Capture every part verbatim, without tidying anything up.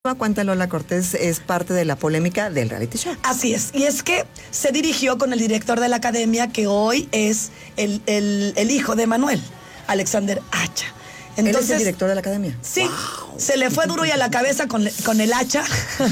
Cuenta Lola Cortés es parte de la polémica del reality show. Así es, y es que se dirigió con el director de la academia, que hoy es el, el, el hijo de Manuel, Alexander Hacha. Entonces, ¿él es el director de la academia? Sí, wow. Se le fue duro y a la cabeza con, con el hacha.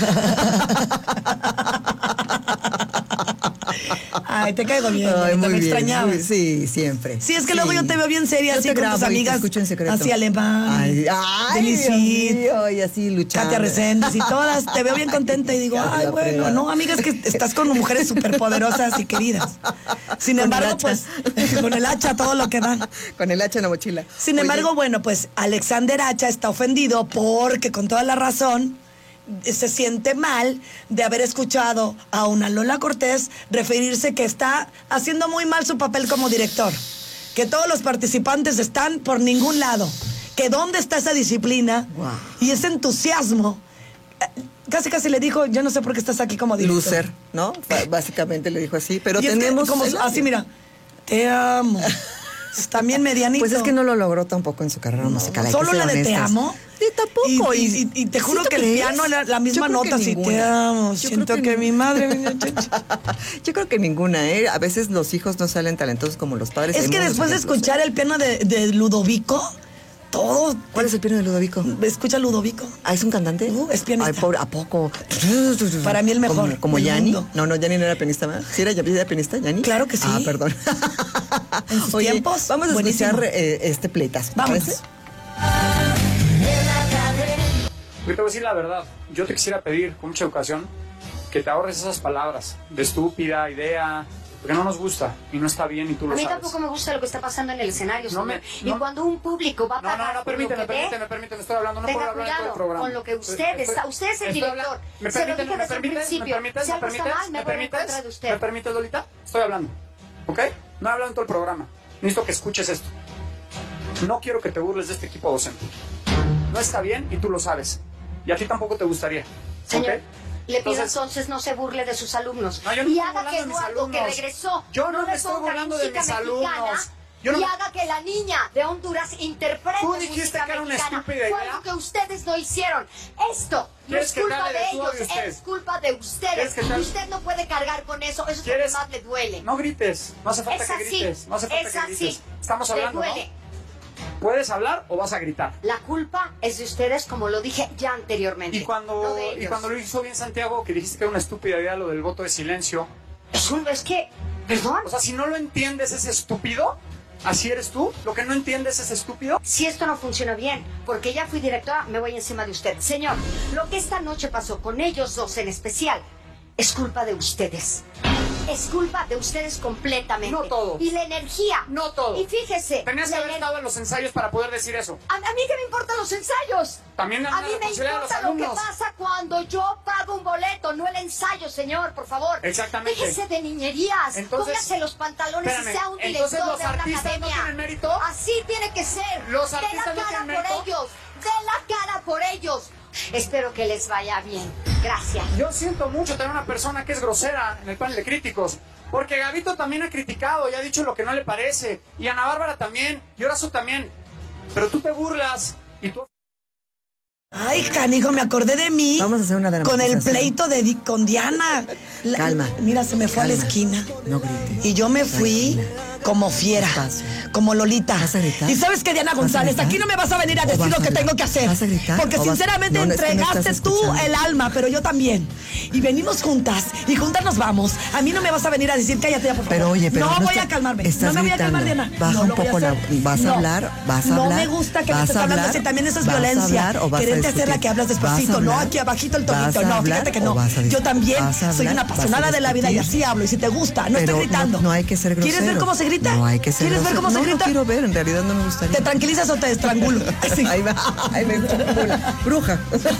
Ay, te caigo bien, Ay, muy me bien, extrañaba. Muy, sí, siempre. Sí, es que sí. luego yo te veo bien seria, yo así con tus amigas. Te en secreto. Así alemán. Ay, ay Dios mío, y así luchando. Katia Reséndez y todas. Te veo bien contenta y digo, ay, bueno, frega. No, amiga, es que estás con mujeres superpoderosas y queridas. Sin con embargo, pues, con el hacha todo lo que dan. Con el hacha en la mochila. Sin Oye. embargo, bueno, pues, Alexander Hacha está ofendido porque, con toda la razón, se siente mal de haber escuchado a una Lola Cortés referirse que está haciendo muy mal su papel como director, que todos los participantes están por ningún lado, que dónde está esa disciplina wow. y ese entusiasmo. Casi casi le dijo, yo no sé por qué estás aquí como director. Loser, ¿no? Básicamente le dijo así, pero y tenemos... Es que como, así, mira, te amo. También medianito. Pues es que no lo logró tampoco en su carrera no, musical. Solo la de te amo. Sí, tampoco. Y, y, y, y te juro que el piano era la misma nota, si te amo. Yo siento que, que mi madre... Yo creo que ninguna, ¿eh? A veces los hijos no salen talentosos como los padres. Es que después de escuchar ¿eh? el piano de, de Ludovico, todo... ¿Cuál es el piano de Ludovico? Escucha Ludovico. ¿Ah, es un cantante? Uh, es pianista. Ay, pobre, ¿a poco? Para mí el mejor. ¿Como, como Yanni? No, no, Yanni no era pianista, ¿verdad? ¿Sí era, era pianista, Yanni? Claro que sí. Ah, perdón. En sus Oye, tiempos, vamos a buenísimo. escuchar eh, este pleitazo. Vamos. ¿Parece? Yo te voy a decir la verdad. Yo te quisiera pedir, con mucha educación, que te ahorres esas palabras de estúpida, idea, porque no nos gusta y no está bien y tú lo sabes. A mí tampoco me gusta lo que está pasando en el escenario, no me, no, y cuando un público va a pagar No, no, no, permíteme, permíteme, permíteme, estoy hablando, no puedo hablar en todo el programa. Con lo que usted está, usted es el director. ¿Me Se lo permiten, dije me desde el permites, principio. me permites, si algo me está permites, mal, me me voy en permites, contra de usted. me permites, Lolita? Estoy hablando, ¿ok? No he hablado en todo el programa. Necesito que escuches esto. No quiero que te burles de este equipo docente. No está bien y tú lo sabes. Y a ti tampoco te gustaría. Señor, ¿okay? le pido entonces, entonces no se burle de sus alumnos. No, yo no y estoy haga que Eduardo, que regresó, yo no, no me estoy burlando de mis alumnos. Yo no y me... haga que la niña de Honduras interprete Tú dijiste música que era una mexicana. estúpida idea. Fue algo que ustedes no hicieron. Esto no es culpa de, de ellos, de es culpa de ustedes. Y usted no puede cargar con eso. Eso es lo que más le duele. No grites. No hace falta es que así. grites. No hace falta es que así. grites. Estamos hablando, le duele. ¿no? ¿Puedes hablar o vas a gritar? La culpa es de ustedes, como lo dije ya anteriormente. Y cuando, no y cuando lo hizo bien Santiago, que dijiste que era una estúpida idea lo del voto de silencio. Es, un, es que, perdón. O sea, si no lo entiendes, es estúpido. ¿Así eres tú? ¿Lo que no entiendes es estúpido? Si esto no funciona bien, porque ya fui directora, me voy encima de usted. Señor, lo que esta noche pasó con ellos dos en especial es culpa de ustedes. Es culpa de ustedes completamente. No todo. Y la energía. No todo. Y fíjese. Tenías que haber estado en los ensayos para poder decir eso. A, a mí qué me importan los ensayos. También a mí me importa lo que pasa cuando yo pago un boleto, no el ensayo, señor, por favor. Exactamente. Déjese de niñerías. Entonces, póngase los pantalones espérame, y sea un director entonces los de una artistas academia. ¿no tienen mérito? Así tiene que ser. Los de artistas la no cara tienen por mérito. ellos. De la cara por ellos. Espero que les vaya bien. Gracias. Yo siento mucho tener una persona que es grosera en el panel de críticos. Porque Gabito también ha criticado y ha dicho lo que no le parece. Y Ana Bárbara también. Y Horacio también. Pero tú te burlas. Y tú... Ay, canijo, me acordé de mí. Vamos a hacer una con el pleito de con Diana. La, Calma. Mira, se me fue Calma. a la esquina. No grites. Y yo me fui Tranquila. como fiera. Como Lolita. ¿Vas a gritar? Y sabes qué, Diana González, aquí no me vas a venir a decir lo que a tengo que hacer. ¿Vas a gritar? Porque sinceramente vas... no, entregaste es que no tú escuchando. el alma, pero yo también. Y venimos juntas. Y juntas nos vamos. A mí no me vas a venir a decir cállate ya, por favor. Pero oye, pero no, no voy está... a calmarme. Estás no me voy gritando. a calmar, Diana. Baja no, un lo voy a poco la... hacer. ¿Vas a no. hablar? ¿Vas a no hablar? No me gusta que me estés a hablando hablar? así. También eso es ¿Vas a violencia. hablar o vas a Quererte hacer discutir? la que hablas ¿Vas a despacito. No, hablar? aquí abajito el ¿Vas tonito. a No, hablar fíjate que o no. vas a Yo también ¿Vas a soy hablar? una ¿Vas a apasionada de la vida y discutir? así hablo. Y si te gusta, no Pero estoy gritando. No, no hay que ser grosero. ¿Quieres ver cómo se grita? No hay que ser ¿Quieres ver grosero. cómo no, se grita? No quiero ver, en realidad no me gustaría. ¿Te tranquilizas o te estrangulo? Sí. Ahí va, ahí me estrangula. Bruja.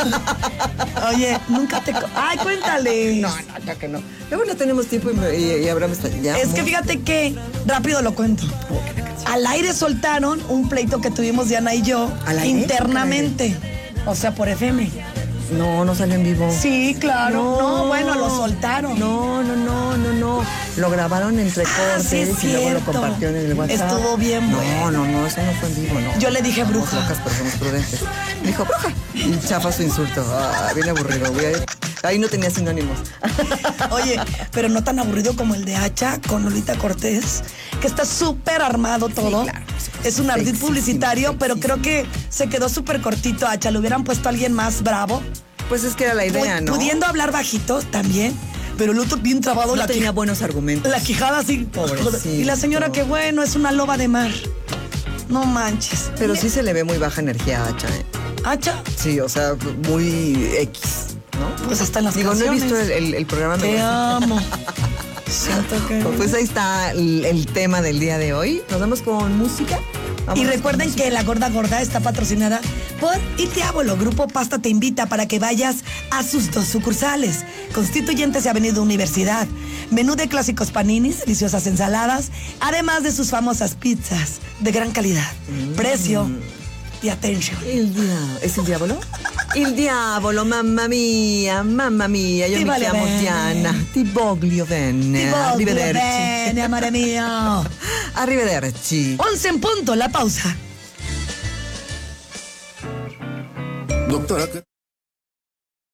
Oye, nunca te... Ay, cuéntale. No, no, ya que no. Luego no tenemos tiempo y, y, y Abraham está... Ya, es muy... que fíjate que, rápido lo cuento. Al aire soltaron un pleito que tuvimos Diana y yo. ¿Al aire? Internamente. O sea, por F M. No, no salió en vivo. Sí, claro. No, bueno, lo soltaron. No, no, no, no, no. Lo grabaron entre Ah, cortes sí es y luego lo cierto. compartieron en el WhatsApp. Estuvo bien No, bueno. no, no, eso no fue en vivo, no. Yo le dije Somos bruja. locas, pero somos prudentes. Me dijo, bruja. Y chafa su insulto. Ah, bien aburrido. Voy a- Ahí no tenía sinónimos. Oye, pero no tan aburrido como el de Hacha con Lolita Cortés, que está súper armado todo. claro, sí, es un ardid sexísimo, publicitario, pero sexísimo. creo que se quedó súper cortito Hacha. Le hubieran puesto a alguien más bravo. Pues es que era la idea, Pu- ¿no? Pudiendo hablar bajito también, pero el otro bien trabado. No la tenía quij- buenos argumentos. La quijada así. Pobrecito. Y la señora, que bueno, es una loba de mar. No manches. Pero Le- sí se le ve muy baja energía a Hacha, ¿eh? Hacha, Sí, o sea, muy X, ¿no? pues hasta en las Digo, no he canciones. visto el, el- el programa. me Te gusta. amo. Siento que... Pues ahí está el, el tema del día de hoy. Nos vamos con música. Vámonos Y con recuerden música. que La Gorda Gorda está patrocinada por Il Diavolo. Grupo Pasta te invita para que vayas a sus dos sucursales, Constituyentes y Avenida Universidad. Menú de clásicos paninis, deliciosas ensaladas, además de sus famosas pizzas de gran calidad, precio y atención. El diablo. ¿Es el diablo? El diavolo, mamma mia, mamma mia. Io Ti mi vale chiamo bene. Diana. Ti voglio bene. Ti voglio Arrivederci. bene, amore mio. Arrivederci. once en punto, la pausa. Doctora.